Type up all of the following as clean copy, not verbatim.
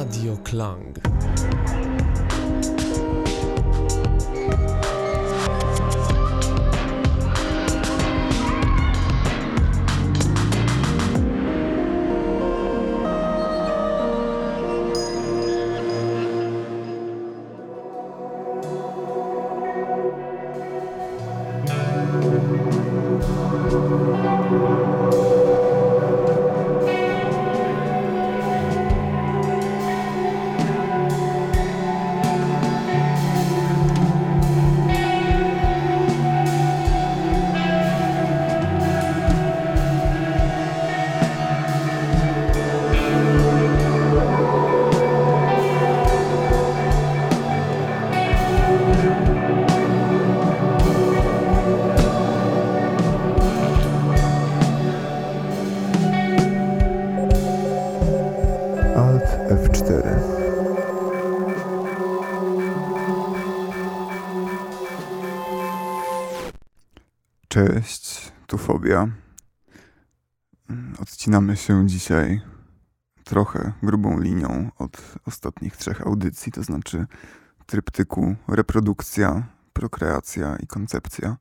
Radio Klang. F4. Cześć, tu Fobia. Odcinamy się dzisiaj trochę grubą linią od ostatnich 3 audycji, to znaczy tryptyku reprodukcja, prokreacja i koncepcja.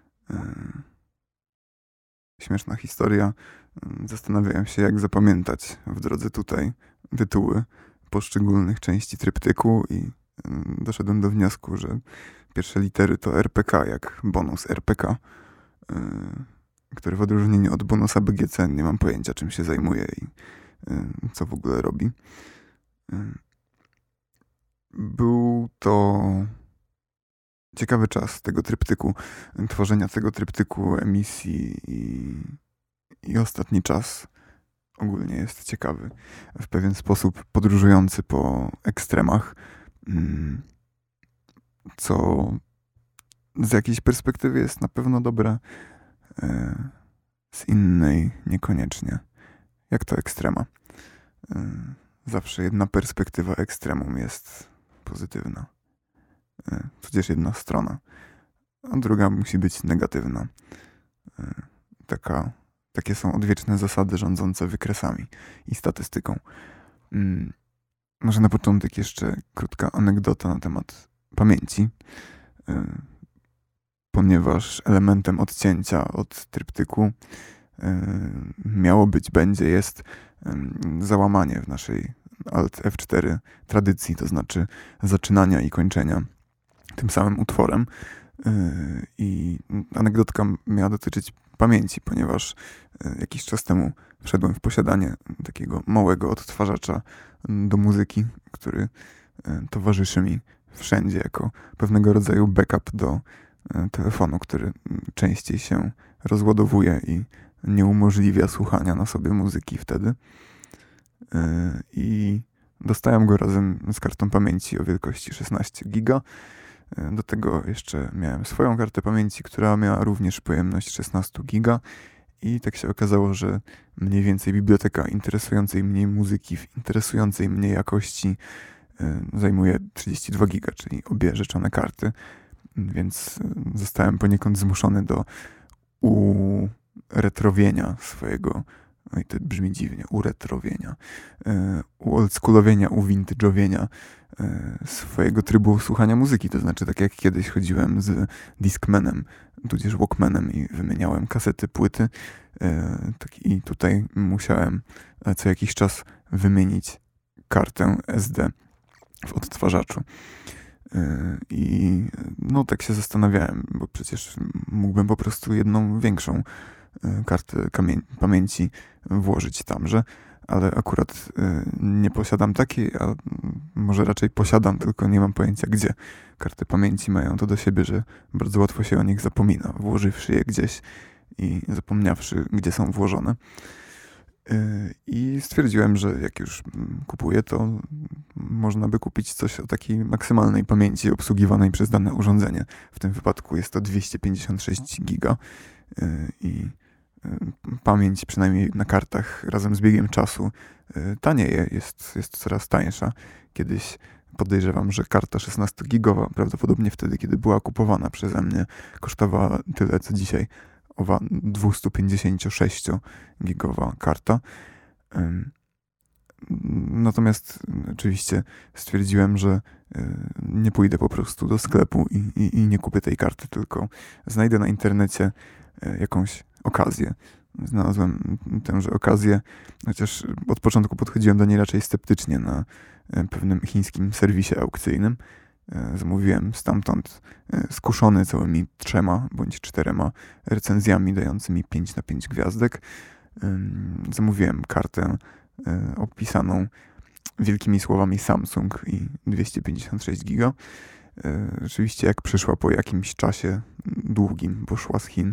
Śmieszna historia. Zastanawiałem się, jak zapamiętać w drodze tutaj tytuły poszczególnych części tryptyku i doszedłem do wniosku, że pierwsze litery to RPK, jak bonus RPK, który w odróżnieniu od bonusa BGC nie mam pojęcia, czym się zajmuje i co w ogóle robi. Był to ciekawy czas tego tryptyku, tworzenia tego tryptyku, emisji i ostatni czas ogólnie jest ciekawy. W pewien sposób podróżujący po ekstremach, co z jakiejś perspektywy jest na pewno dobre, z innej niekoniecznie. Jak to ekstrema? Zawsze jedna perspektywa ekstremum jest pozytywna. Tudzież jedna strona, a druga musi być negatywna. Takie są odwieczne zasady rządzące wykresami i statystyką. Może na początek jeszcze krótka anegdota na temat pamięci, ponieważ elementem odcięcia od tryptyku miało być, jest załamanie w naszej Alt F4 tradycji, to znaczy zaczynania i kończenia tym samym utworem. I anegdotka miała dotyczyć pamięci, ponieważ jakiś czas temu wszedłem w posiadanie takiego małego odtwarzacza do muzyki, który towarzyszy mi wszędzie jako pewnego rodzaju backup do telefonu, który częściej się rozładowuje i nie umożliwia słuchania na sobie muzyki wtedy. I dostałem go razem z kartą pamięci o wielkości 16 giga. Do tego jeszcze miałem swoją kartę pamięci, która miała również pojemność 16 giga i tak się okazało, że mniej więcej biblioteka interesującej mnie muzyki w interesującej mnie jakości zajmuje 32 giga, czyli obie rzeczone karty, więc zostałem poniekąd zmuszony do uretrowienia swojego, no i to brzmi dziwnie, uretrowienia, uoldschoolowienia, uvintage'owienia swojego trybu słuchania muzyki. To znaczy, tak jak kiedyś chodziłem z Discmanem, tudzież Walkmanem i wymieniałem kasety, płyty, tak i tutaj musiałem co jakiś czas wymienić kartę SD w odtwarzaczu. I no tak się zastanawiałem, bo przecież mógłbym po prostu jedną większą kartę pamięci włożyć tamże, ale akurat nie posiadam takiej, a może raczej posiadam, tylko nie mam pojęcia gdzie. Karty pamięci mają to do siebie, że bardzo łatwo się o nich zapomina, włożywszy je gdzieś i zapomniawszy, gdzie są włożone. I stwierdziłem, że jak już kupuję, to można by kupić coś o takiej maksymalnej pamięci obsługiwanej przez dane urządzenie. W tym wypadku jest to 256 giga i pamięć, przynajmniej na kartach, razem z biegiem czasu tanieje, jest coraz tańsza. Kiedyś podejrzewam, że karta 16-gigowa, prawdopodobnie wtedy, kiedy była kupowana przeze mnie, kosztowała tyle, co dzisiaj owa 256-gigowa karta. Natomiast oczywiście stwierdziłem, że nie pójdę po prostu do sklepu i nie kupię tej karty, tylko znajdę na internecie jakąś okazję. Znalazłem tęże okazję, chociaż od początku podchodziłem do niej raczej sceptycznie na pewnym chińskim serwisie aukcyjnym. Zamówiłem stamtąd skuszony całymi 3 bądź 4 recenzjami dającymi 5 na 5 gwiazdek. Zamówiłem kartę opisaną wielkimi słowami Samsung i 256 giga. Rzeczywiście jak przyszła po jakimś czasie długim, bo szła z Chin,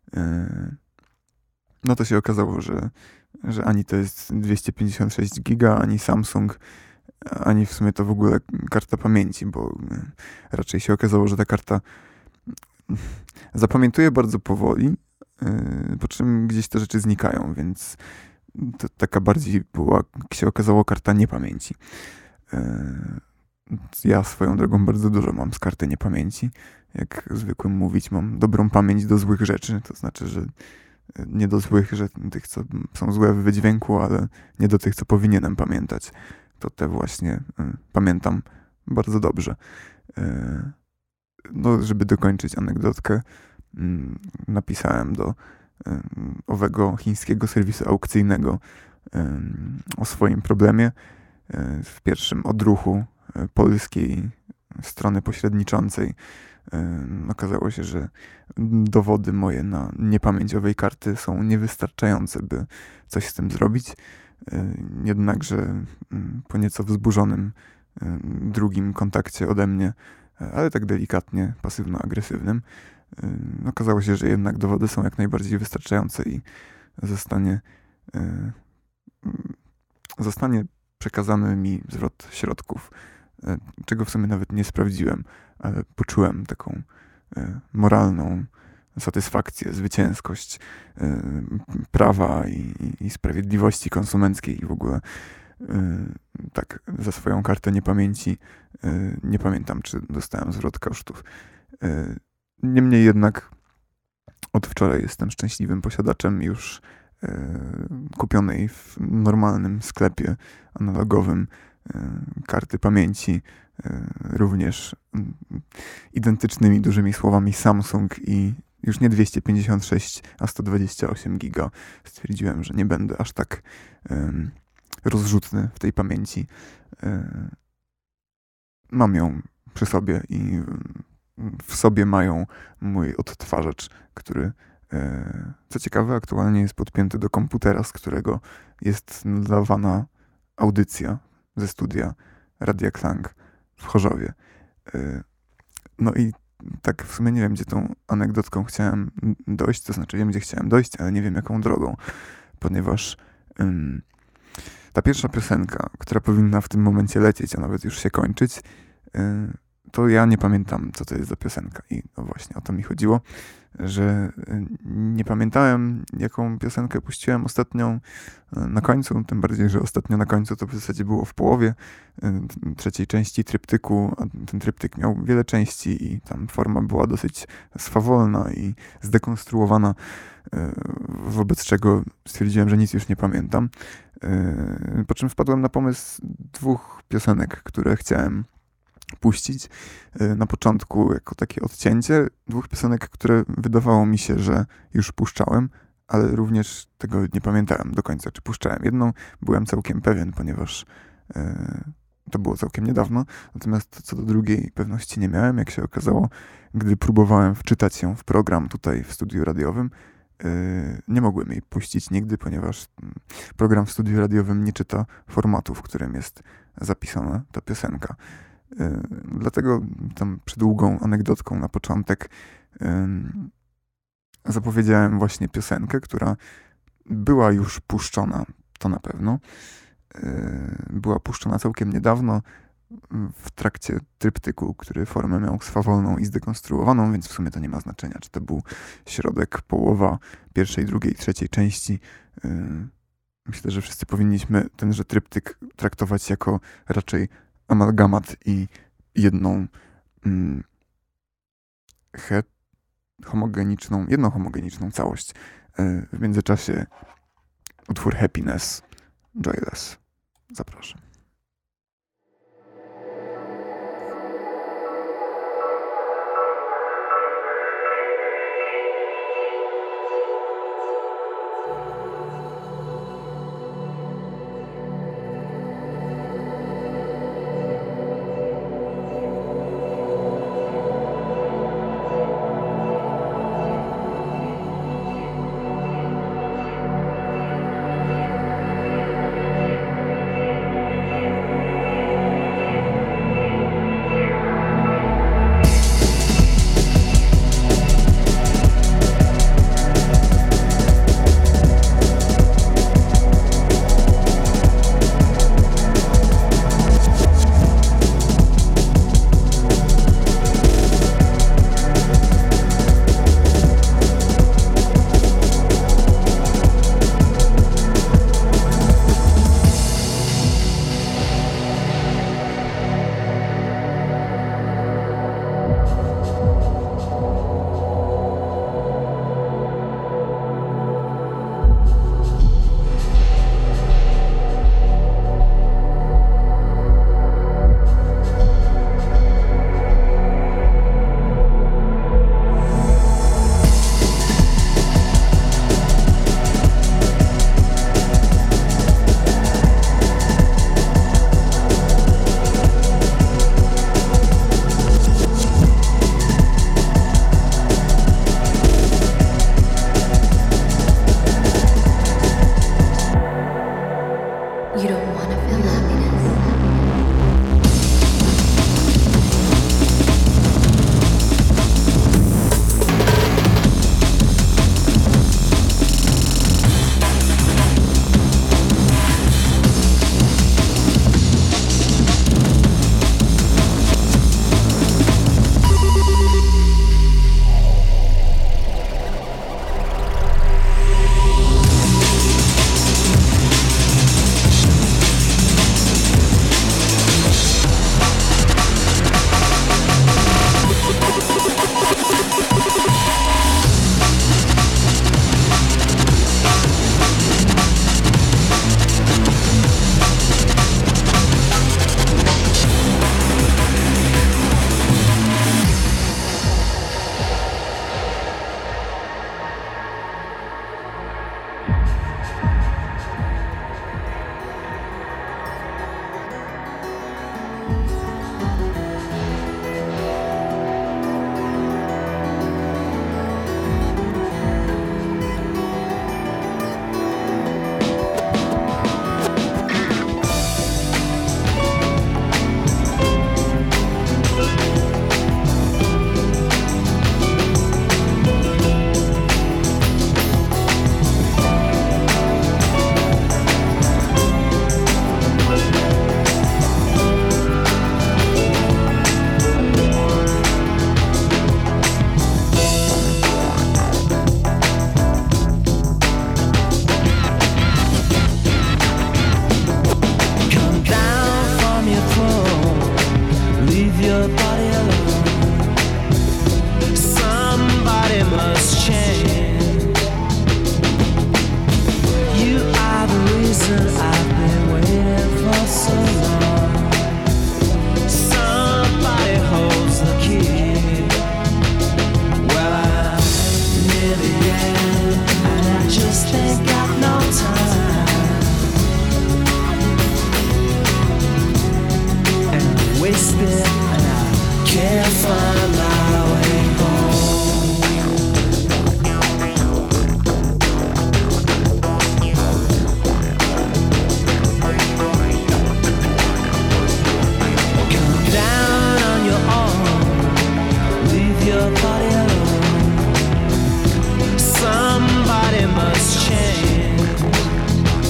no to się okazało, że ani to jest 256 giga, ani Samsung, ani w sumie to w ogóle karta pamięci, bo raczej się okazało, że ta karta zapamiętuje bardzo powoli, po czym gdzieś te rzeczy znikają, więc to taka bardziej była, jak się okazało, karta niepamięci. Ja swoją drogą bardzo dużo mam z karty niepamięci. Jak zwykłem mówić, mam dobrą pamięć do złych rzeczy, to znaczy, że nie do złych, że tych, co są złe w wydźwięku, ale nie do tych, co powinienem pamiętać. To te właśnie pamiętam bardzo dobrze. No, żeby dokończyć anegdotkę, napisałem do owego chińskiego serwisu aukcyjnego o swoim problemie. W pierwszym odruchu polskiej strony pośredniczącej okazało się, że dowody moje na niepamięć owej karty są niewystarczające, by coś z tym zrobić. Jednakże po nieco wzburzonym drugim kontakcie ode mnie, ale tak delikatnie pasywno-agresywnym, okazało się, że jednak dowody są jak najbardziej wystarczające i zostanie przekazany mi zwrot środków, czego w sumie nawet nie sprawdziłem, ale poczułem taką moralną satysfakcję, zwycięskość prawa i sprawiedliwości konsumenckiej i w ogóle tak za swoją kartę niepamięci nie pamiętam, czy dostałem zwrot kosztów. Niemniej jednak od wczoraj jestem szczęśliwym posiadaczem już kupionej w normalnym sklepie analogowym karty pamięci, również identycznymi dużymi słowami Samsung i już nie 256, a 128 giga. Stwierdziłem, że nie będę aż tak rozrzutny w tej pamięci. Mam ją przy sobie i w sobie mają mój odtwarzacz, który co ciekawe aktualnie jest podpięty do komputera, z którego jest nadawana audycja ze studia Radia Klang w Chorzowie. No i tak w sumie nie wiem, gdzie tą anegdotką chciałem dojść, to znaczy wiem, gdzie chciałem dojść, ale nie wiem, jaką drogą, ponieważ ta pierwsza piosenka, która powinna w tym momencie lecieć, a nawet już się kończyć, to ja nie pamiętam, co to jest za piosenka. I no właśnie o to mi chodziło, że nie pamiętałem, jaką piosenkę puściłem ostatnią na końcu, tym bardziej, że ostatnio na końcu to w zasadzie było w połowie trzeciej części tryptyku, a ten tryptyk miał wiele części i tam forma była dosyć swawolna i zdekonstruowana, wobec czego stwierdziłem, że nic już nie pamiętam. Po czym wpadłem na pomysł 2 piosenek, które chciałem puścić na początku jako takie odcięcie 2 piosenek, które wydawało mi się, że już puszczałem, ale również tego nie pamiętałem do końca, czy puszczałem. Jedną byłem całkiem pewien, ponieważ to było całkiem niedawno, natomiast co do drugiej pewności nie miałem, jak się okazało, gdy próbowałem wczytać ją w program tutaj w studiu radiowym. Nie mogłem jej puścić nigdy, ponieważ program w studiu radiowym nie czyta formatu, w którym jest zapisana ta piosenka. Dlatego tam przydługą anegdotką na początek zapowiedziałem właśnie piosenkę, która była już puszczona, to na pewno. Była puszczona całkiem niedawno w trakcie tryptyku, który formę miał swawolną i zdekonstruowaną, więc w sumie to nie ma znaczenia, czy to był środek, połowa pierwszej, drugiej, trzeciej części. Myślę, że wszyscy powinniśmy tenże tryptyk traktować jako raczej amalgamat i jedną jedną homogeniczną całość. W międzyczasie utwór Happiness, Joyless. Zapraszam.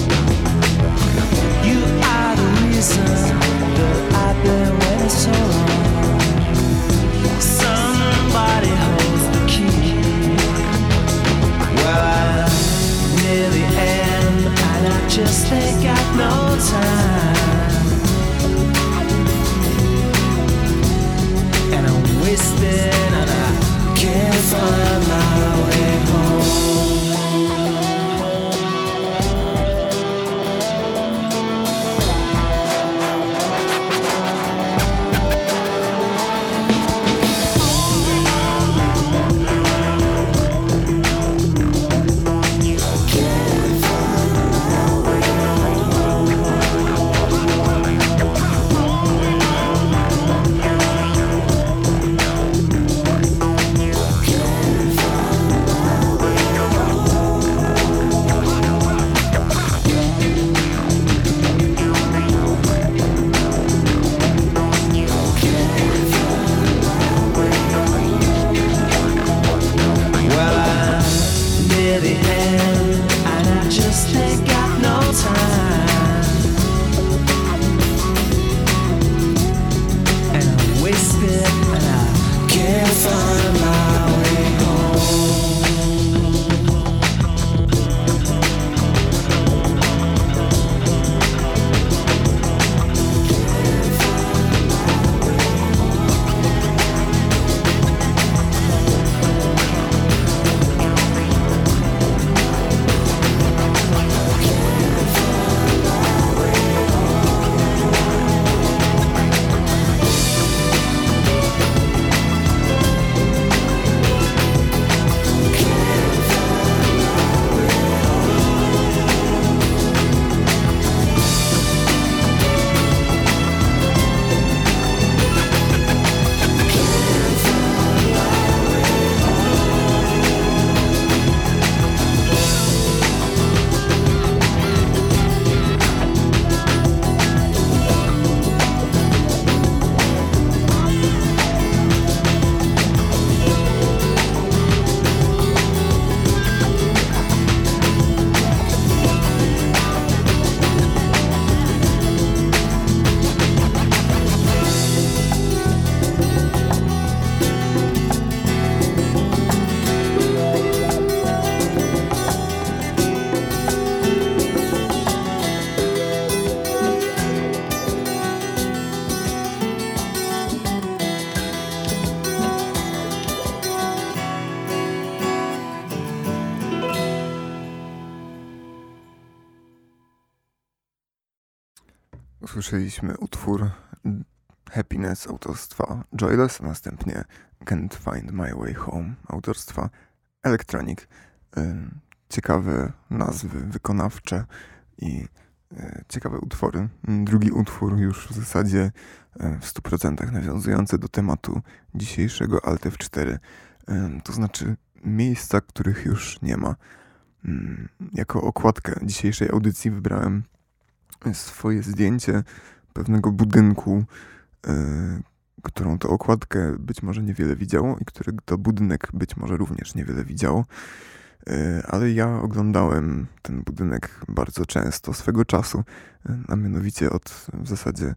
So long. Usłyszeliśmy utwór Happiness autorstwa Joyless, a następnie Can't Find My Way Home autorstwa Electronic. Ciekawe nazwy wykonawcze i ciekawe utwory. Drugi utwór już w zasadzie w 100% nawiązujący do tematu dzisiejszego Alt F4, to znaczy miejsca, których już nie ma. Jako okładkę dzisiejszej audycji wybrałem swoje zdjęcie pewnego budynku, którą to okładkę być może niewiele widziało i który to budynek być może również niewiele widziało. Ale ja oglądałem ten budynek bardzo często swego czasu, a mianowicie od w zasadzie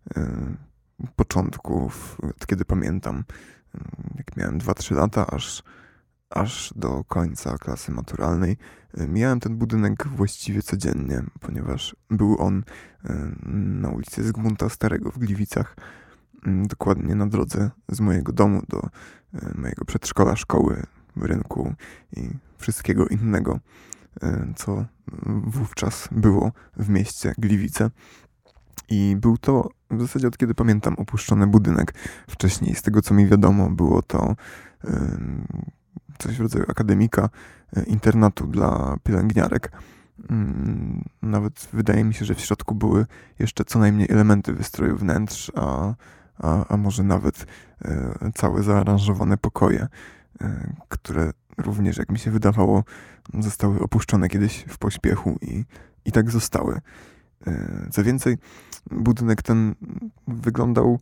początków, od kiedy pamiętam, jak miałem 2-3 lata, aż do końca klasy maturalnej. Mijałem ten budynek właściwie codziennie, ponieważ był on na ulicy Zygmunta Starego w Gliwicach, dokładnie na drodze z mojego domu do mojego przedszkola, szkoły, rynku i wszystkiego innego, co wówczas było w mieście Gliwice. I był to w zasadzie od kiedy pamiętam opuszczony budynek. Wcześniej, z tego co mi wiadomo, było to coś w rodzaju akademika, internatu dla pielęgniarek. Nawet wydaje mi się, że w środku były jeszcze co najmniej elementy wystroju wnętrz, a może nawet całe zaaranżowane pokoje, które również, jak mi się wydawało, zostały opuszczone kiedyś w pośpiechu i tak zostały. Co więcej, budynek ten wyglądał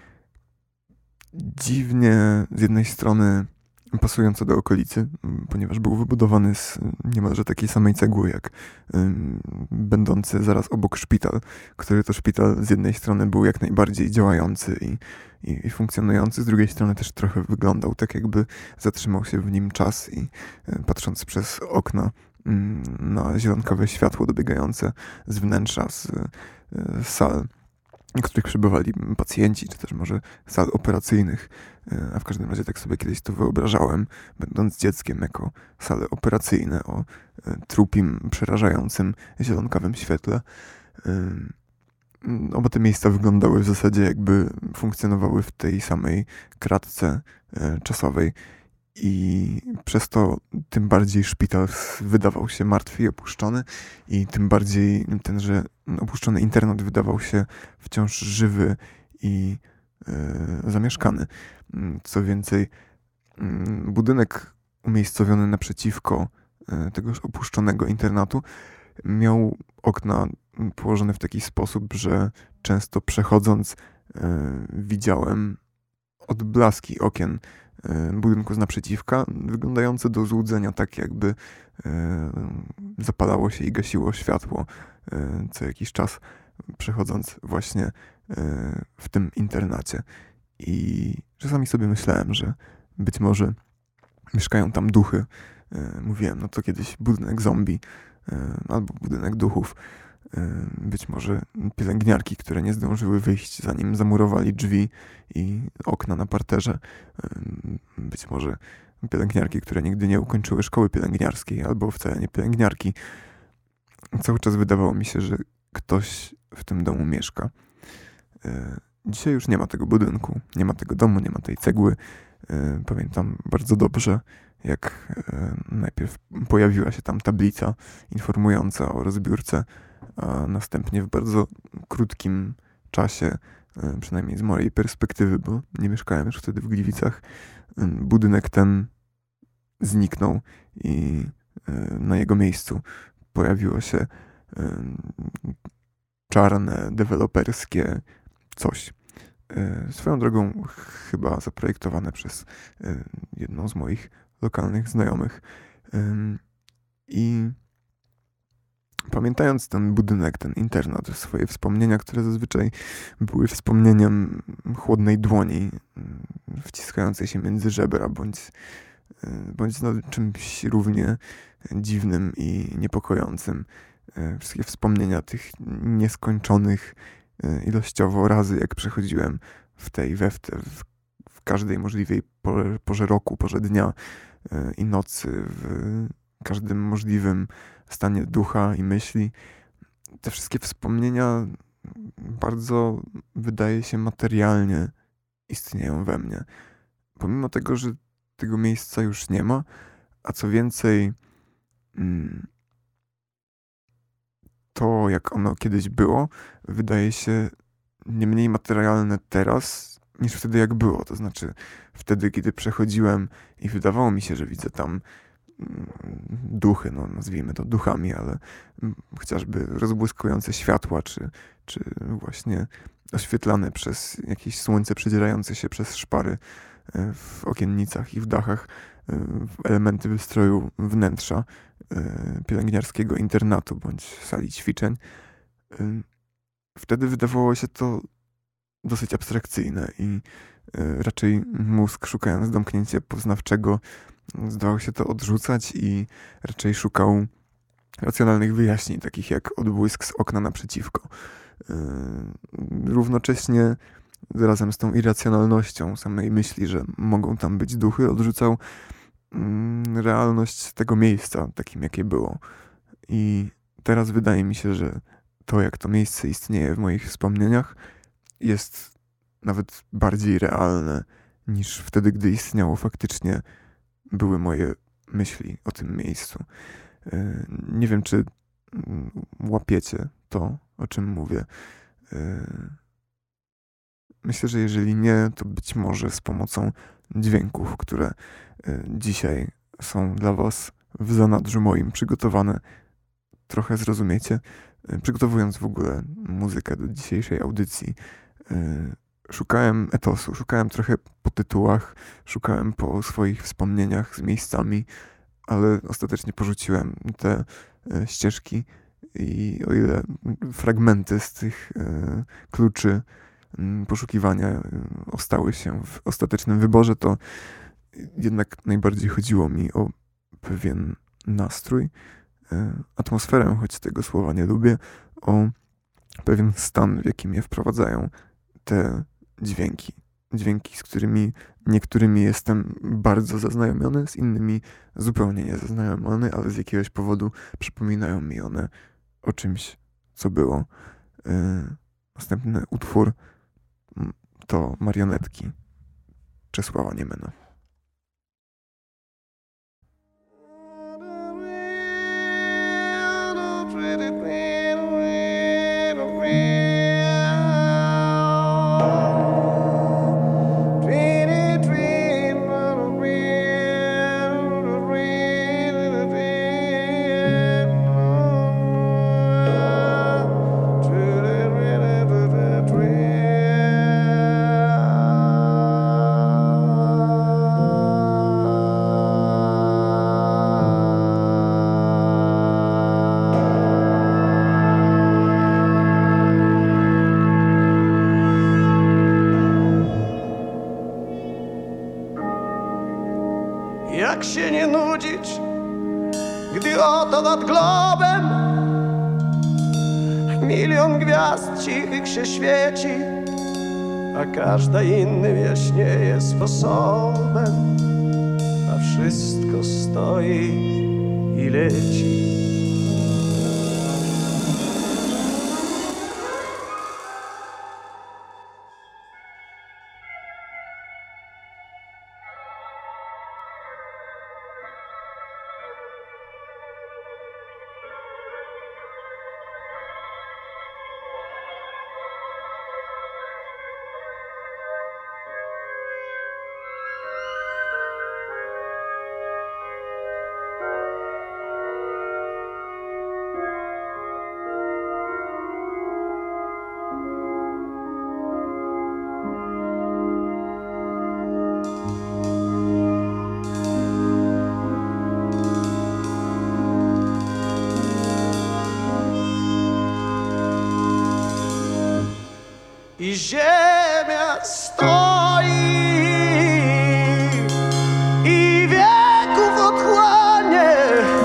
dziwnie z jednej strony pasująco do okolicy, ponieważ był wybudowany z niemalże takiej samej cegły jak będący zaraz obok szpital, który to szpital z jednej strony był jak najbardziej działający i funkcjonujący, z drugiej strony też trochę wyglądał tak, jakby zatrzymał się w nim czas i patrząc przez okna na zielonkawe światło dobiegające z wnętrza, z sal, w których przebywali pacjenci, czy też może sal operacyjnych, a w każdym razie tak sobie kiedyś to wyobrażałem, będąc dzieckiem, jako sale operacyjne o trupim, przerażającym, zielonkawym świetle. Oba te miejsca wyglądały w zasadzie jakby funkcjonowały w tej samej kratce czasowej i przez to tym bardziej szpital wydawał się martwy i opuszczony i tym bardziej tenże opuszczony internat wydawał się wciąż żywy i zamieszkany. Co więcej, budynek umiejscowiony naprzeciwko tegoż opuszczonego internatu miał okna położone w taki sposób, że często przechodząc widziałem odblaski okien budynku z naprzeciwka, wyglądające do złudzenia tak, jakby zapalało się i gasiło światło co jakiś czas, przechodząc właśnie w tym internacie. I czasami sobie myślałem, że być może mieszkają tam duchy. Mówiłem, no to kiedyś budynek zombie albo budynek duchów. Być może pielęgniarki, które nie zdążyły wyjść, zanim zamurowali drzwi i okna na parterze. Być może pielęgniarki, które nigdy nie ukończyły szkoły pielęgniarskiej, albo wcale nie pielęgniarki. Cały czas wydawało mi się, że ktoś w tym domu mieszka. Dzisiaj już nie ma tego budynku, nie ma tego domu, nie ma tej cegły. Pamiętam bardzo dobrze, jak najpierw pojawiła się tam tablica informująca o rozbiórce, a następnie w bardzo krótkim czasie, przynajmniej z mojej perspektywy, bo nie mieszkałem już wtedy w Gliwicach, budynek ten zniknął i na jego miejscu pojawiło się czarne, deweloperskie coś. Swoją drogą chyba zaprojektowane przez jedną z moich lokalnych znajomych. I pamiętając ten budynek, ten internat, swoje wspomnienia, które zazwyczaj były wspomnieniem chłodnej dłoni wciskającej się między żebra, bądź no, czymś równie dziwnym i niepokojącym. Wszystkie wspomnienia tych nieskończonych ilościowo razy, jak przechodziłem w tej w każdej możliwej porze roku, porze dnia i nocy, w każdym możliwym stanie ducha i myśli. Te wszystkie wspomnienia bardzo, wydaje się, materialnie istnieją we mnie. Pomimo tego, że tego miejsca już nie ma, a co więcej, to jak ono kiedyś było, wydaje się nie mniej materialne teraz, niż wtedy jak było. To znaczy wtedy, kiedy przechodziłem i wydawało mi się, że widzę tam duchy, no nazwijmy to duchami, ale chociażby rozbłyskujące światła, czy właśnie oświetlane przez jakieś słońce przedzierające się przez szpary w okiennicach i w dachach, elementy wystroju wnętrza pielęgniarskiego internatu bądź sali ćwiczeń. Wtedy wydawało się to dosyć abstrakcyjne i raczej mózg, szukając domknięcia poznawczego, zdawał się to odrzucać i raczej szukał racjonalnych wyjaśnień, takich jak odbłysk z okna naprzeciwko. Równocześnie razem z tą irracjonalnością samej myśli, że mogą tam być duchy, odrzucał realność tego miejsca, takim jakie było. I teraz wydaje mi się, że to, jak to miejsce istnieje w moich wspomnieniach, jest nawet bardziej realne niż wtedy, gdy istniało faktycznie, były moje myśli o tym miejscu. Nie wiem, czy łapiecie to, o czym mówię. Myślę, że jeżeli nie, to być może z pomocą dźwięków, które dzisiaj są dla was w zanadrzu moim przygotowane, trochę zrozumiecie. Przygotowując w ogóle muzykę do dzisiejszej audycji, szukałem etosu, szukałem trochę po tytułach, szukałem po swoich wspomnieniach z miejscami, ale ostatecznie porzuciłem te ścieżki i o ile fragmenty z tych kluczy poszukiwania ostały się w ostatecznym wyborze, to jednak najbardziej chodziło mi o pewien nastrój, atmosferę, choć tego słowa nie lubię, o pewien stan, w jaki mnie wprowadzają te dźwięki. Dźwięki, z którymi niektórymi jestem bardzo zaznajomiony, z innymi zupełnie niezaznajomiony, ale z jakiegoś powodu przypominają mi one o czymś, co było. Następny utwór to Marionetki Czesława Niemena. Jak się nie nudzić, gdy oto nad globem milion gwiazd cichych się świeci, a każda innym jaśnieje sposobem, a wszystko stoi i leci. I ziemia stoi i wieków otchłanie,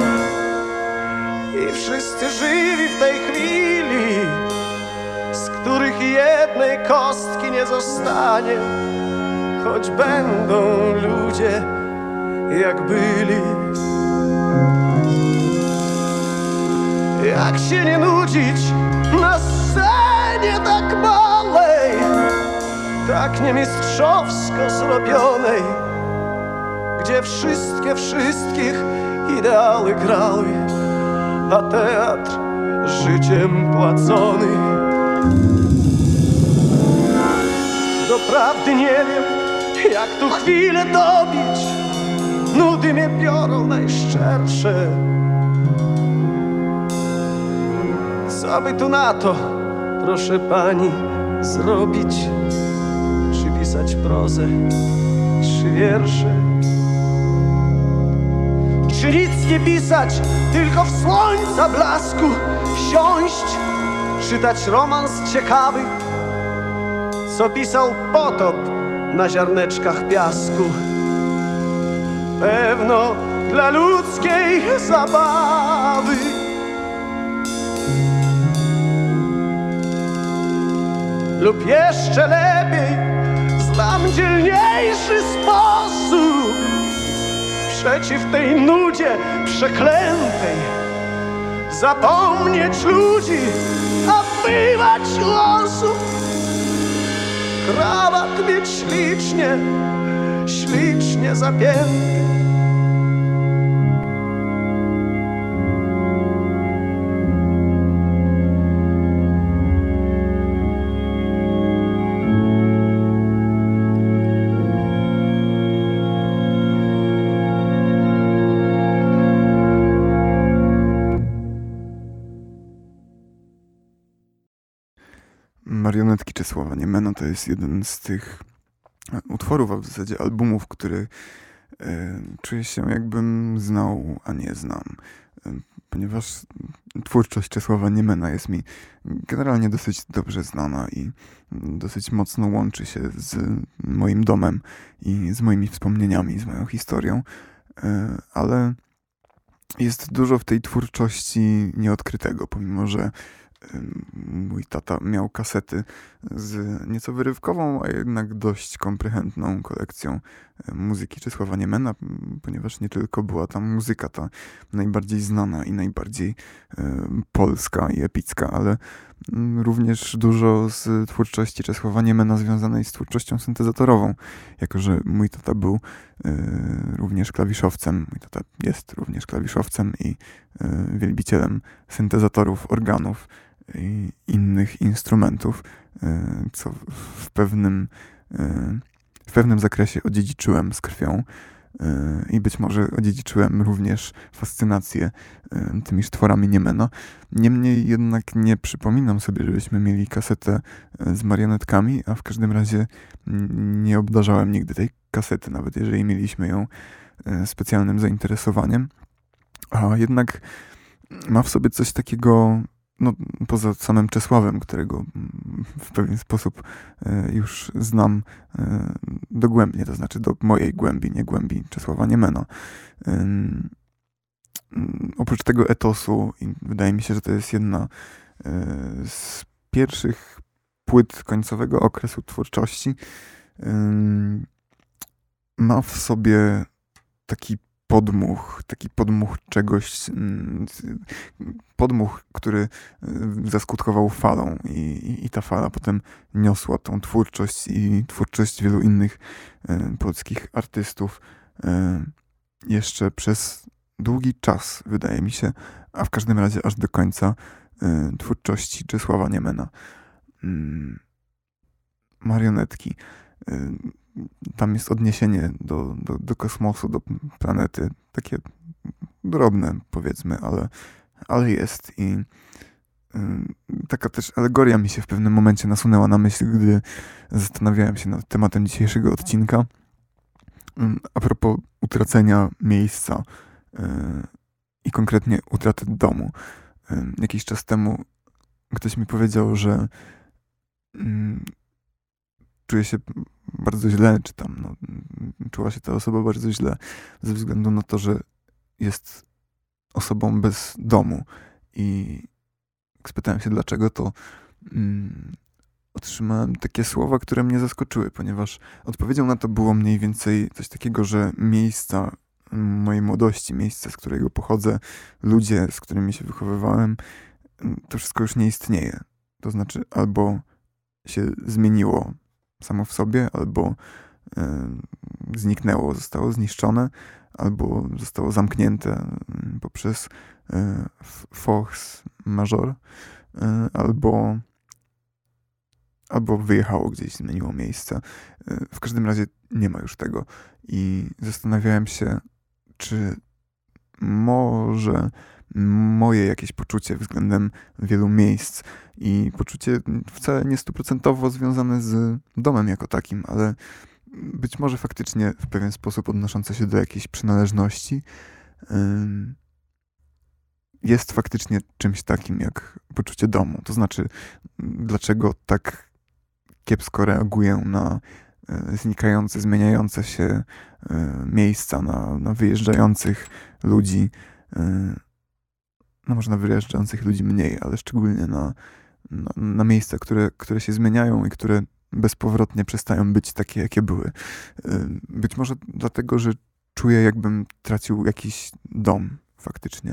i wszyscy żywi w tej chwili, z których jednej kostki nie zostanie, choć będą ludzie jak byli. Jak się nie nudzić na scenie, scenie tak małej, tak niemistrzowsko zrobionej, gdzie wszystkie wszystkich ideały grały, a teatr życiem płacony. Doprawdy nie wiem, jak tu chwilę dobić, nudy mnie biorą najszczersze. Co by tu na to, proszę pani, zrobić? Czy pisać prozę, czy wiersze? Czy nic nie pisać, tylko w słońca blasku siąść, czytać romans ciekawy, co pisał Potop na ziarneczkach piasku? Pewno dla ludzkiej zabawy. Lub jeszcze lepiej, znam dzielniejszy sposób przeciw tej nudzie przeklętej. Zapomnieć ludzi, nabywać losu. Krawat mieć ślicznie, ślicznie zapięty. Marionetki Czesława Niemena to jest jeden z tych utworów, a w zasadzie albumów, który czuję się jakbym znał, a nie znam. Ponieważ twórczość Czesława Niemena jest mi generalnie dosyć dobrze znana i dosyć mocno łączy się z moim domem i z moimi wspomnieniami, z moją historią, ale jest dużo w tej twórczości nieodkrytego, pomimo że mój tata miał kasety z nieco wyrywkową, a jednak dość kompetentną kolekcją muzyki Czesława Niemena, ponieważ nie tylko była tam muzyka ta najbardziej znana i najbardziej polska i epicka, ale również dużo z twórczości Czesława Niemena związanej z twórczością syntezatorową, jako że mój tata był również klawiszowcem, mój tata jest również klawiszowcem i wielbicielem syntezatorów, organów i innych instrumentów, co w pewnym zakresie odziedziczyłem z krwią i być może odziedziczyłem również fascynację tymi tworami Niemena. Niemniej jednak nie przypominam sobie, żebyśmy mieli kasetę z marionetkami, a w każdym razie nie obdarzałem nigdy tej kasety, nawet jeżeli mieliśmy ją specjalnym zainteresowaniem. A jednak ma w sobie coś takiego, no, poza samym Czesławem, którego w pewien sposób już znam dogłębnie, to znaczy do mojej głębi, nie głębi Czesława Niemena. Oprócz tego etosu, i wydaje mi się, że to jest jedna z pierwszych płyt końcowego okresu twórczości, ma w sobie taki podmuch czegoś, podmuch, który zaskutkował falą i ta fala potem niosła tą twórczość i twórczość wielu innych polskich artystów jeszcze przez długi czas, wydaje mi się, a w każdym razie aż do końca twórczości Czesława Niemena. Marionetki. Tam jest odniesienie do kosmosu, do planety, takie drobne, powiedzmy, ale jest. I taka też alegoria mi się w pewnym momencie nasunęła na myśl, gdy zastanawiałem się nad tematem dzisiejszego odcinka. A propos utracenia miejsca i konkretnie utraty domu. Jakiś czas temu ktoś mi powiedział, że czuje się bardzo źle, czy tam czuła się ta osoba bardzo źle ze względu na to, że jest osobą bez domu. I jak spytałem się dlaczego, to otrzymałem takie słowa, które mnie zaskoczyły, ponieważ odpowiedzią na to było mniej więcej coś takiego, że miejsca mojej młodości, miejsce, z którego pochodzę, ludzie, z którymi się wychowywałem, to wszystko już nie istnieje. To znaczy albo się zmieniło samo w sobie, albo zniknęło, zostało zniszczone, albo zostało zamknięte poprzez force majeure, albo wyjechało gdzieś, zmieniło miejsce. W każdym razie nie ma już tego. I zastanawiałem się, czy może moje jakieś poczucie względem wielu miejsc i poczucie wcale nie stuprocentowo związane z domem jako takim, ale być może faktycznie w pewien sposób odnoszące się do jakiejś przynależności, jest faktycznie czymś takim jak poczucie domu. To znaczy, dlaczego tak kiepsko reaguję na znikające, zmieniające się miejsca, na wyjeżdżających ludzi. No może na wyjeżdżających ludzi mniej, ale szczególnie na miejsca, które się zmieniają i które bezpowrotnie przestają być takie, jakie były. Być może dlatego, że czuję, jakbym tracił jakiś dom faktycznie.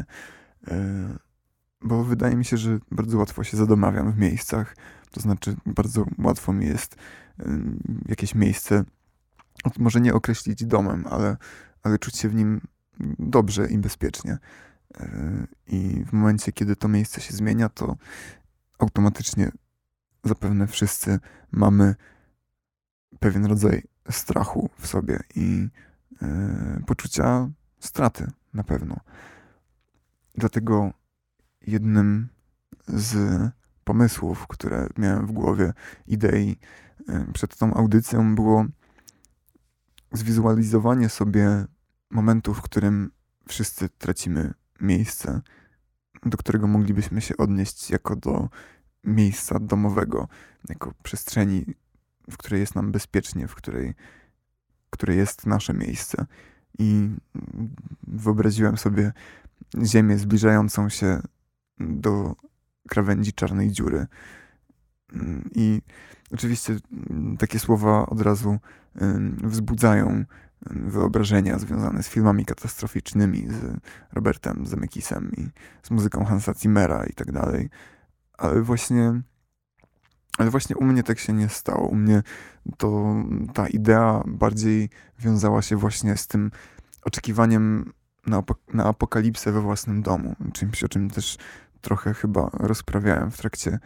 Bo wydaje mi się, że bardzo łatwo się zadomawiam w miejscach. To znaczy, bardzo łatwo mi jest jakieś miejsce, może nie określić domem, ale czuć się w nim dobrze i bezpiecznie. I w momencie, kiedy to miejsce się zmienia, to automatycznie zapewne wszyscy mamy pewien rodzaj strachu w sobie i poczucia straty na pewno. Dlatego jednym z pomysłów, które miałem w głowie, idei przed tą audycją było zwizualizowanie sobie momentu, w którym wszyscy tracimy miejsce, do którego moglibyśmy się odnieść jako do miejsca domowego, jako przestrzeni, w której jest nam bezpiecznie, które jest nasze miejsce. I wyobraziłem sobie Ziemię zbliżającą się do krawędzi czarnej dziury. I oczywiście takie słowa od razu wzbudzają wyobrażenia związane z filmami katastroficznymi, z Robertem Zemeckisem i z muzyką Hansa Zimmera i tak dalej. Ale właśnie u mnie tak się nie stało. U mnie ta idea bardziej wiązała się właśnie z tym oczekiwaniem na apokalipsę we własnym domu. Czymś, o czym też trochę chyba rozprawiałem w trakcie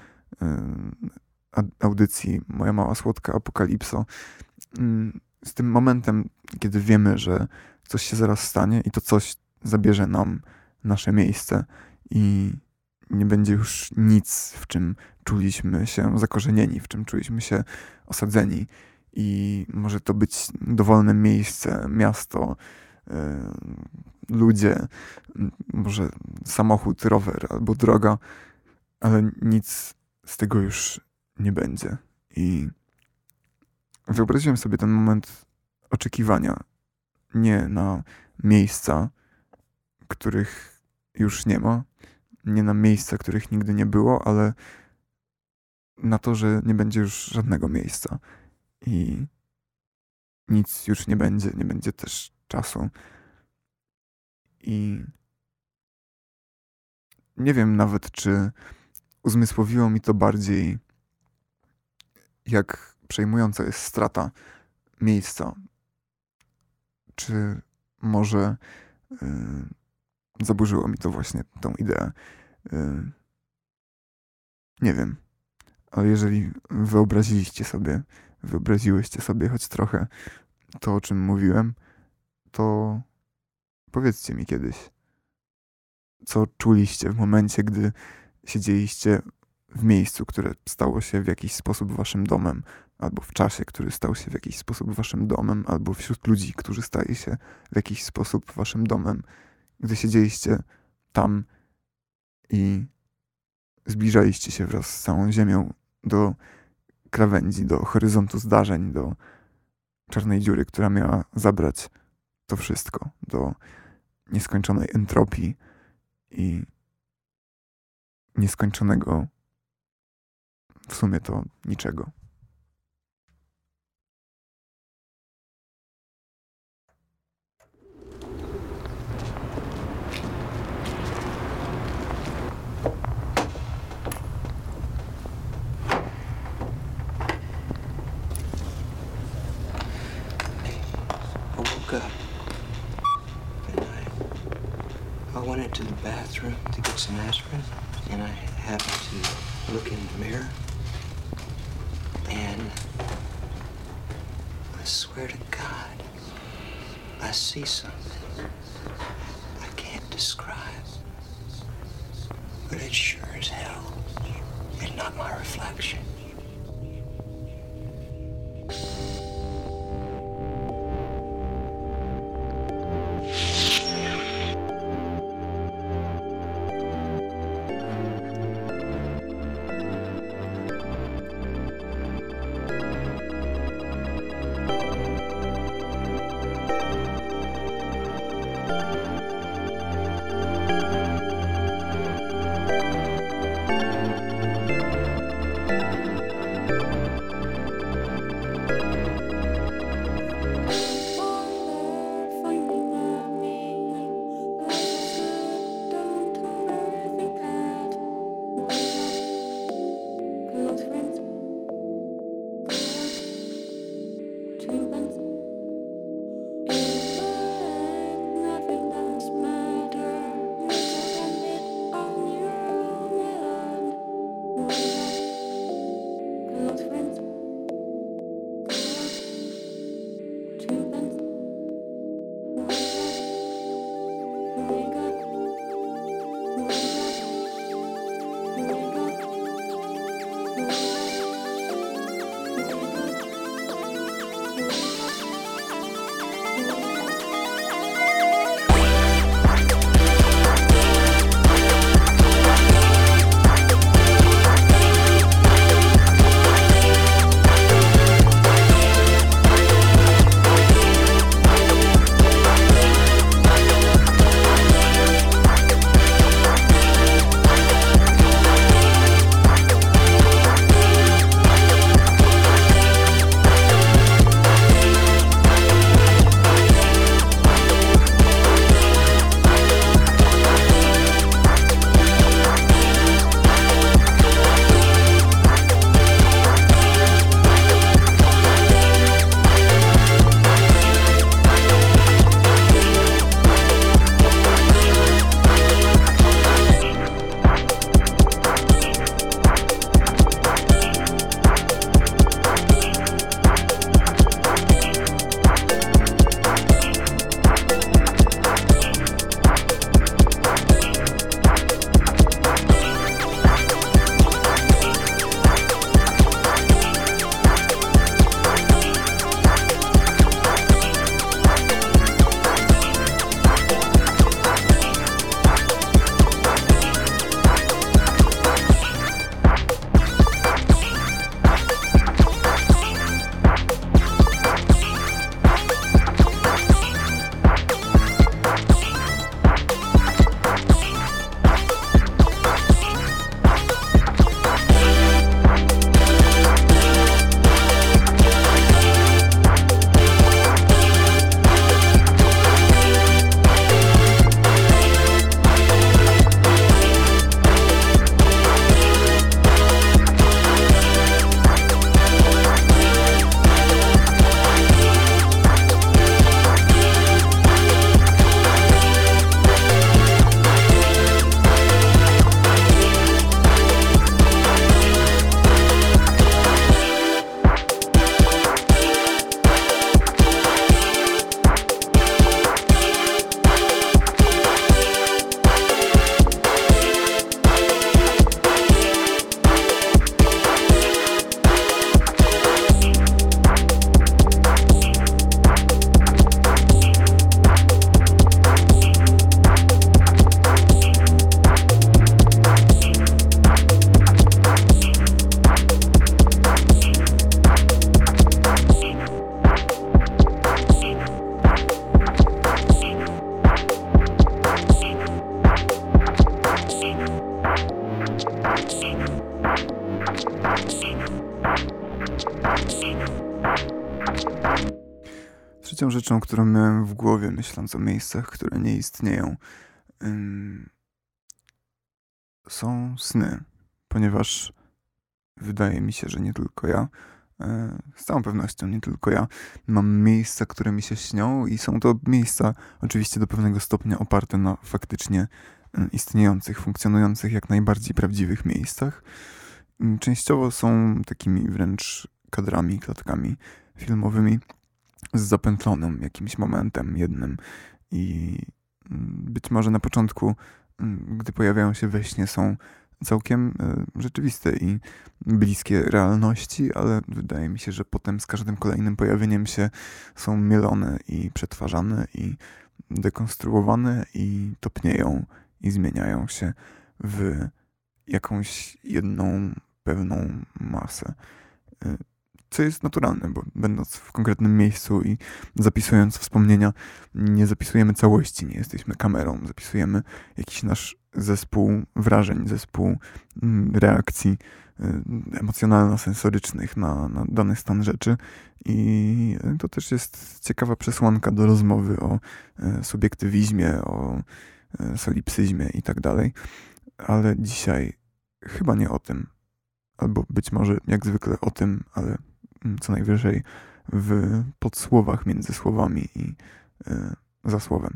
audycji Moja mała słodka apokalipso. Z tym momentem, kiedy wiemy, że coś się zaraz stanie i to coś zabierze nam nasze miejsce i nie będzie już nic, w czym czuliśmy się zakorzenieni, w czym czuliśmy się osadzeni. I może to być dowolne miejsce, miasto, ludzie, może samochód, rower albo droga, ale nic z tego już nie będzie. I wyobraziłem sobie ten moment oczekiwania nie na miejsca, których już nie ma, nie na miejsca, których nigdy nie było, ale na to, że nie będzie już żadnego miejsca i nic już nie będzie też czasu. I nie wiem nawet, czy uzmysłowiło mi to bardziej, jak przejmująca jest strata miejsca, czy może zaburzyło mi to właśnie tą ideę. Nie wiem, ale jeżeli wyobraziłyście sobie choć trochę to, o czym mówiłem, to powiedzcie mi kiedyś, co czuliście w momencie, gdy siedzieliście w miejscu, które stało się w jakiś sposób waszym domem, albo w czasie, który stał się w jakiś sposób waszym domem, albo wśród ludzi, którzy stali się w jakiś sposób waszym domem, gdy siedzieliście tam i zbliżaliście się wraz z całą ziemią do krawędzi, do horyzontu zdarzeń, do czarnej dziury, która miała zabrać to wszystko, do nieskończonej entropii i nieskończonego w sumie to niczego. woke up and I went into the bathroom to get some aspirin, and I happened to look in the mirror, and I swear to God, I see something I can't describe, but it sure as hell is not my reflection. Trzecią rzeczą, którą miałem w głowie, myśląc o miejscach, które nie istnieją, są sny, ponieważ wydaje mi się, że nie tylko ja, Z całą pewnością, nie tylko ja. Mam miejsca, które mi się śnią i są to miejsca oczywiście do pewnego stopnia oparte na faktycznie istniejących, funkcjonujących, jak najbardziej prawdziwych miejscach. Częściowo są takimi wręcz kadrami, klatkami filmowymi z zapętlonym jakimś momentem jednym i być może na początku, gdy pojawiają się we śnie, są całkiem rzeczywiste i bliskie realności, ale wydaje mi się, że potem z każdym kolejnym pojawieniem się są mielone i przetwarzane i dekonstruowane i topnieją i zmieniają się w jakąś jedną pewną masę. Co jest naturalne, bo będąc w konkretnym miejscu i zapisując wspomnienia, nie zapisujemy całości, nie jesteśmy kamerą, zapisujemy jakiś nasz zespół wrażeń, zespół reakcji emocjonalno-sensorycznych na dany stan rzeczy i to też jest ciekawa przesłanka do rozmowy o subiektywizmie, o solipsyzmie i tak dalej, ale dzisiaj chyba nie o tym, albo być może jak zwykle o tym, ale co najwyżej w podsłowach między słowami i za słowem.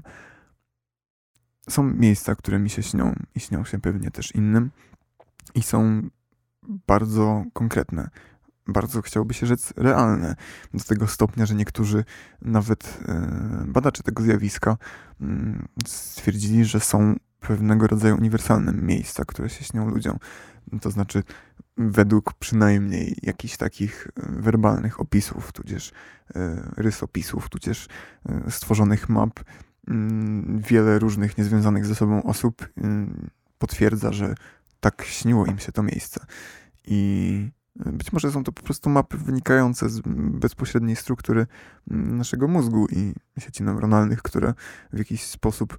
Są miejsca, które mi się śnią i śnią się pewnie też innym i są bardzo konkretne, bardzo chciałoby się rzec realne, do tego stopnia, że niektórzy nawet badacze tego zjawiska stwierdzili, że są pewnego rodzaju uniwersalne miejsca, które się śnią ludziom. To znaczy według przynajmniej jakichś takich werbalnych opisów, tudzież rysopisów, tudzież stworzonych map, wiele różnych niezwiązanych ze sobą osób potwierdza, że tak śniło im się to miejsce. I być może są to po prostu mapy wynikające z bezpośredniej struktury naszego mózgu i sieci neuronalnych, które w jakiś sposób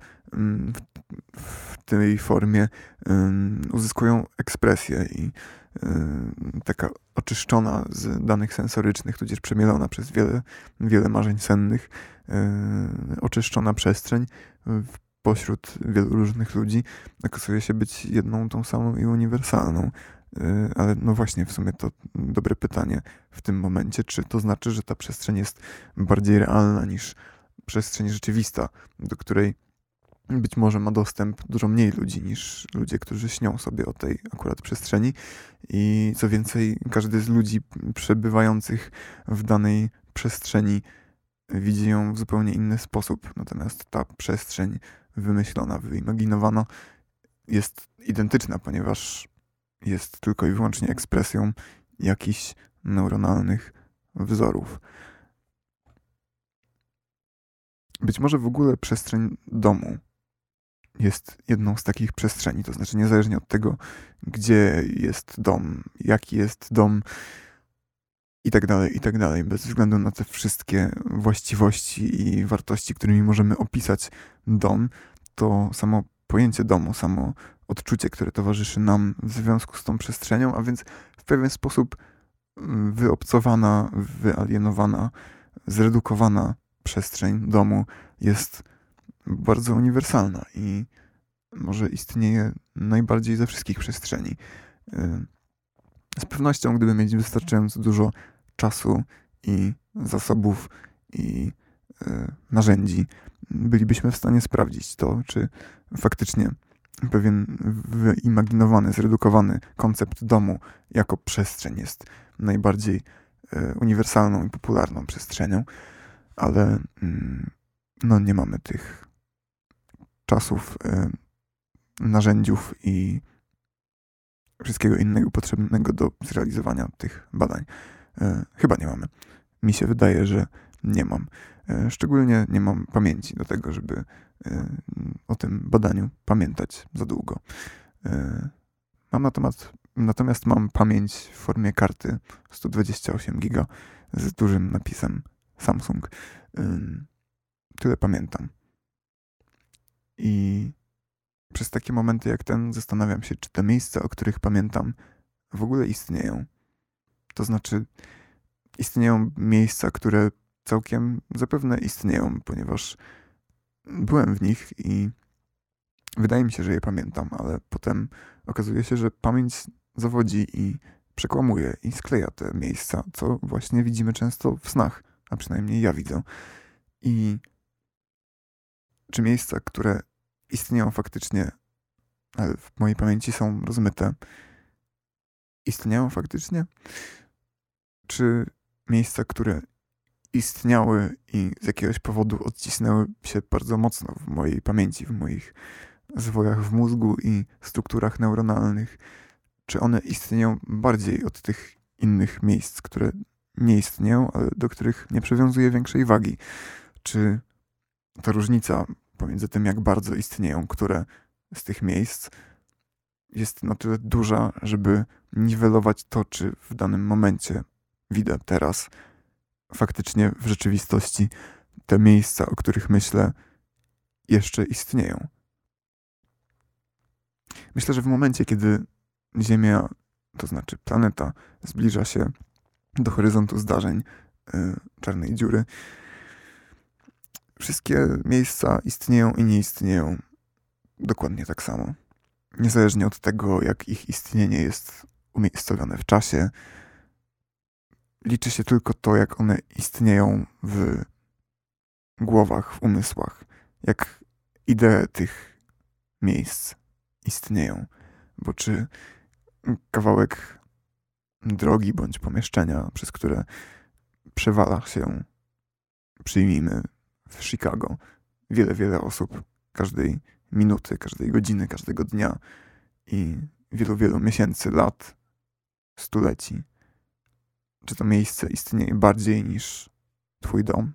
w tej formie uzyskują ekspresję i taka oczyszczona z danych sensorycznych, tudzież przemielona przez wiele marzeń sennych, oczyszczona przestrzeń pośród wielu różnych ludzi okazuje się być jedną tą samą i uniwersalną. Ale no właśnie, w sumie to dobre pytanie w tym momencie, czy to znaczy, że ta przestrzeń jest bardziej realna niż przestrzeń rzeczywista, do której być może ma dostęp dużo mniej ludzi niż ludzie, którzy śnią sobie o tej akurat przestrzeni i co więcej, każdy z ludzi przebywających w danej przestrzeni widzi ją w zupełnie inny sposób, natomiast ta przestrzeń wymyślona, wyimaginowana jest identyczna, ponieważ jest tylko i wyłącznie ekspresją jakichś neuronalnych wzorów. Być może w ogóle przestrzeń domu jest jedną z takich przestrzeni, to znaczy niezależnie od tego, gdzie jest dom, jaki jest dom i tak dalej, bez względu na te wszystkie właściwości i wartości, którymi możemy opisać dom, to samo pojęcie domu, samo odczucie, które towarzyszy nam w związku z tą przestrzenią, a więc w pewien sposób wyobcowana, wyalienowana, zredukowana przestrzeń domu jest bardzo uniwersalna i może istnieje najbardziej ze wszystkich przestrzeni. Z pewnością, gdyby mieć wystarczająco dużo czasu i zasobów i narzędzi, bylibyśmy w stanie sprawdzić to, czy faktycznie pewien wyimaginowany, zredukowany koncept domu jako przestrzeń jest najbardziej uniwersalną i popularną przestrzenią, ale no nie mamy tych czasów, narzędziów i wszystkiego innego potrzebnego do zrealizowania tych badań. Chyba nie mamy. Mi się wydaje, że nie mam. Szczególnie nie mam pamięci do tego, żeby o tym badaniu pamiętać za długo. Natomiast mam pamięć w formie karty 128 giga z dużym napisem Samsung. Tyle pamiętam. I przez takie momenty jak ten zastanawiam się, czy te miejsca, o których pamiętam, w ogóle istnieją. To znaczy, istnieją miejsca, które całkiem zapewne istnieją, ponieważ byłem w nich i wydaje mi się, że je pamiętam, ale potem okazuje się, że pamięć zawodzi i przekłamuje i skleja te miejsca, co właśnie widzimy często w snach, a przynajmniej ja widzę. I czy miejsca, które istnieją faktycznie, ale w mojej pamięci są rozmyte, istnieją faktycznie? Czy miejsca, które istniały i z jakiegoś powodu odcisnęły się bardzo mocno w mojej pamięci, w moich zwojach w mózgu i strukturach neuronalnych, czy one istnieją bardziej od tych innych miejsc, które nie istnieją, ale do których nie przywiązuję większej wagi? Czy ta różnica pomiędzy tym, jak bardzo istnieją które z tych miejsc, jest na tyle duża, żeby niwelować to, czy w danym momencie, widzę teraz, faktycznie w rzeczywistości te miejsca, o których myślę, jeszcze istnieją. Myślę, że w momencie, kiedy Ziemia, to znaczy planeta, zbliża się do horyzontu zdarzeń czarnej dziury, wszystkie miejsca istnieją i nie istnieją dokładnie tak samo. Niezależnie od tego, jak ich istnienie jest umiejscowione w czasie, liczy się tylko to, jak one istnieją w głowach, w umysłach, jak idee tych miejsc istnieją. Bo czy kawałek drogi bądź pomieszczenia, przez które przewala się, przyjmijmy, w Chicago wiele osób każdej minuty, każdej godziny, każdego dnia i wielu miesięcy, lat, stuleci. Czy to miejsce istnieje bardziej niż twój dom?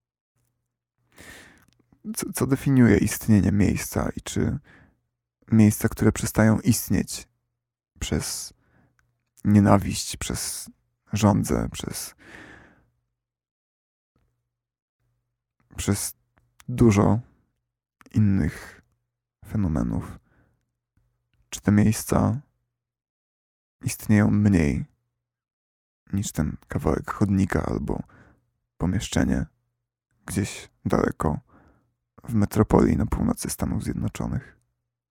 Co definiuje istnienie miejsca i czy miejsca, które przestają istnieć przez nienawiść, przez żądzę, przez dużo innych fenomenów. Czy te miejsca istnieją mniej niż ten kawałek chodnika albo pomieszczenie gdzieś daleko w metropolii na północy Stanów Zjednoczonych?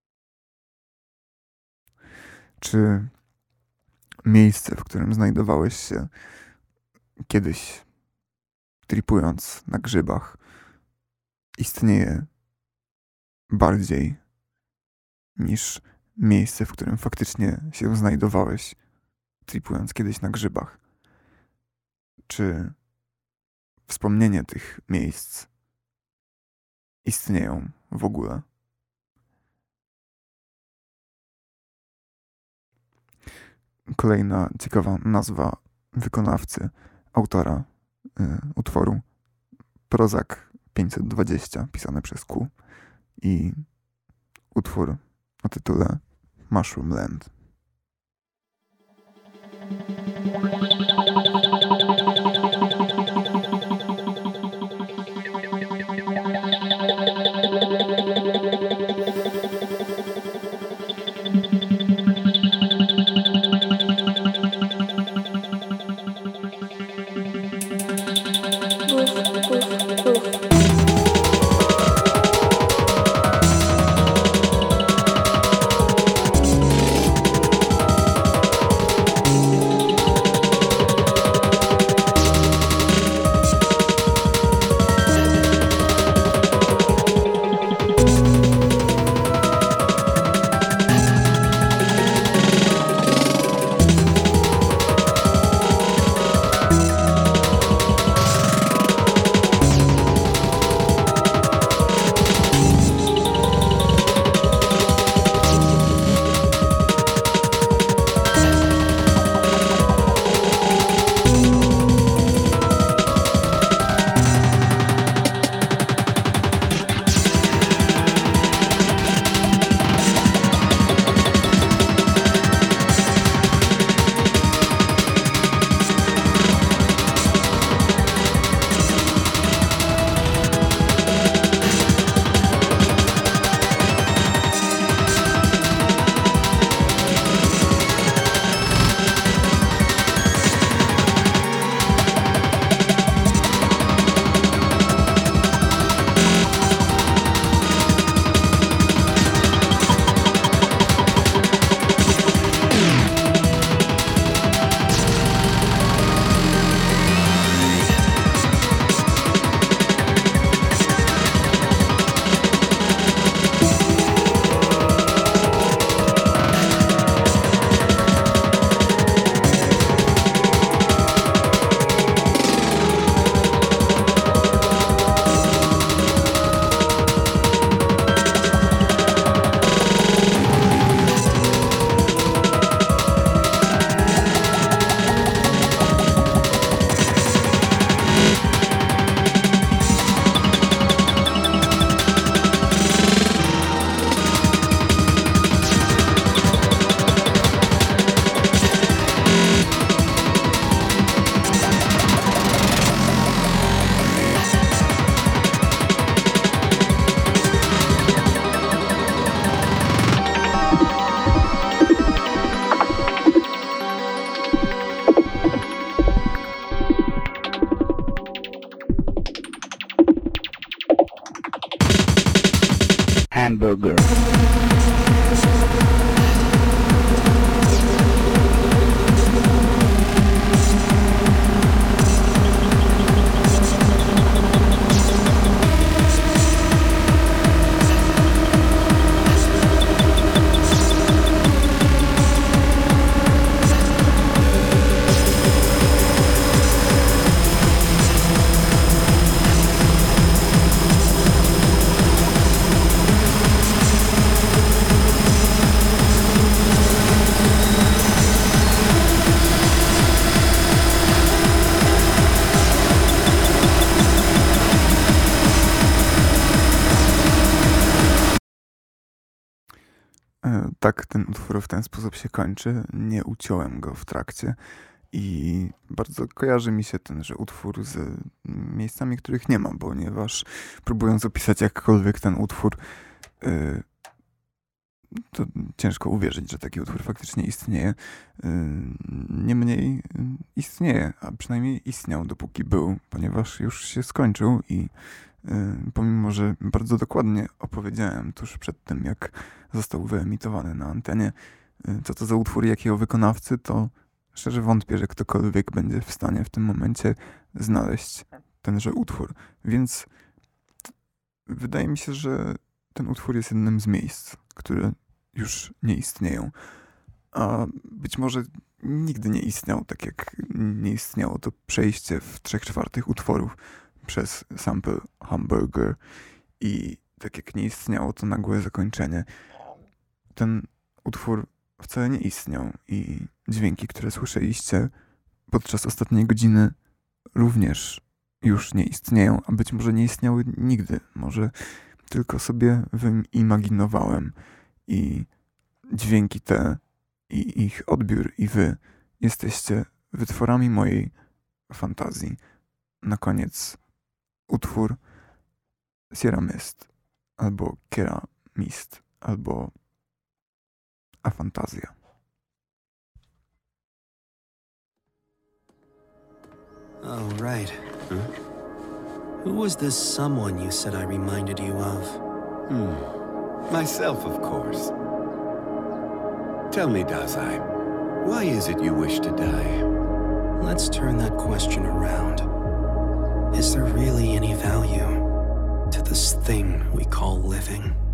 Czy miejsce, w którym znajdowałeś się kiedyś tripując na grzybach, istnieje bardziej niż miejsce, w którym faktycznie się znajdowałeś, tripując kiedyś na grzybach? Czy wspomnienie tych miejsc istnieją w ogóle? Kolejna ciekawa nazwa wykonawcy, autora utworu Prozac 520, pisane przez Q, i utwór o tytule Mushroom Land. Hamburger. Tak, ten utwór w ten sposób się kończy. Nie uciąłem go w trakcie i bardzo kojarzy mi się tenże utwór z miejscami, których nie ma, ponieważ próbując opisać jakkolwiek ten utwór, to ciężko uwierzyć, że taki utwór faktycznie istnieje. Niemniej istnieje, a przynajmniej istniał dopóki był, ponieważ już się skończył i pomimo, że bardzo dokładnie opowiedziałem tuż przed tym, jak został wyemitowany na antenie, co to za utwór i jakiego wykonawcy, to szczerze wątpię, że ktokolwiek będzie w stanie w tym momencie znaleźć tenże utwór. Więc wydaje mi się, że ten utwór jest jednym z miejsc, które już nie istnieją. A być może nigdy nie istniał, tak jak nie istniało to przejście w 3/4 utworów przez sample Hamburger i tak jak nie istniało to nagłe zakończenie. Ten utwór wcale nie istniał i dźwięki, które słyszeliście podczas ostatniej godziny również już nie istnieją, a być może nie istniały nigdy. Może tylko sobie wyimaginowałem i dźwięki te i ich odbiór i wy jesteście wytworami mojej fantazji. Na koniec utwór Sierra Mist albo Kiera Mist albo Afantazja. Oh, right. Who was this someone you said I reminded you of? Myself, of course. Tell me, Dazai, why is it you wish to die? Let's turn that question around. Is there really any value to this thing we call living?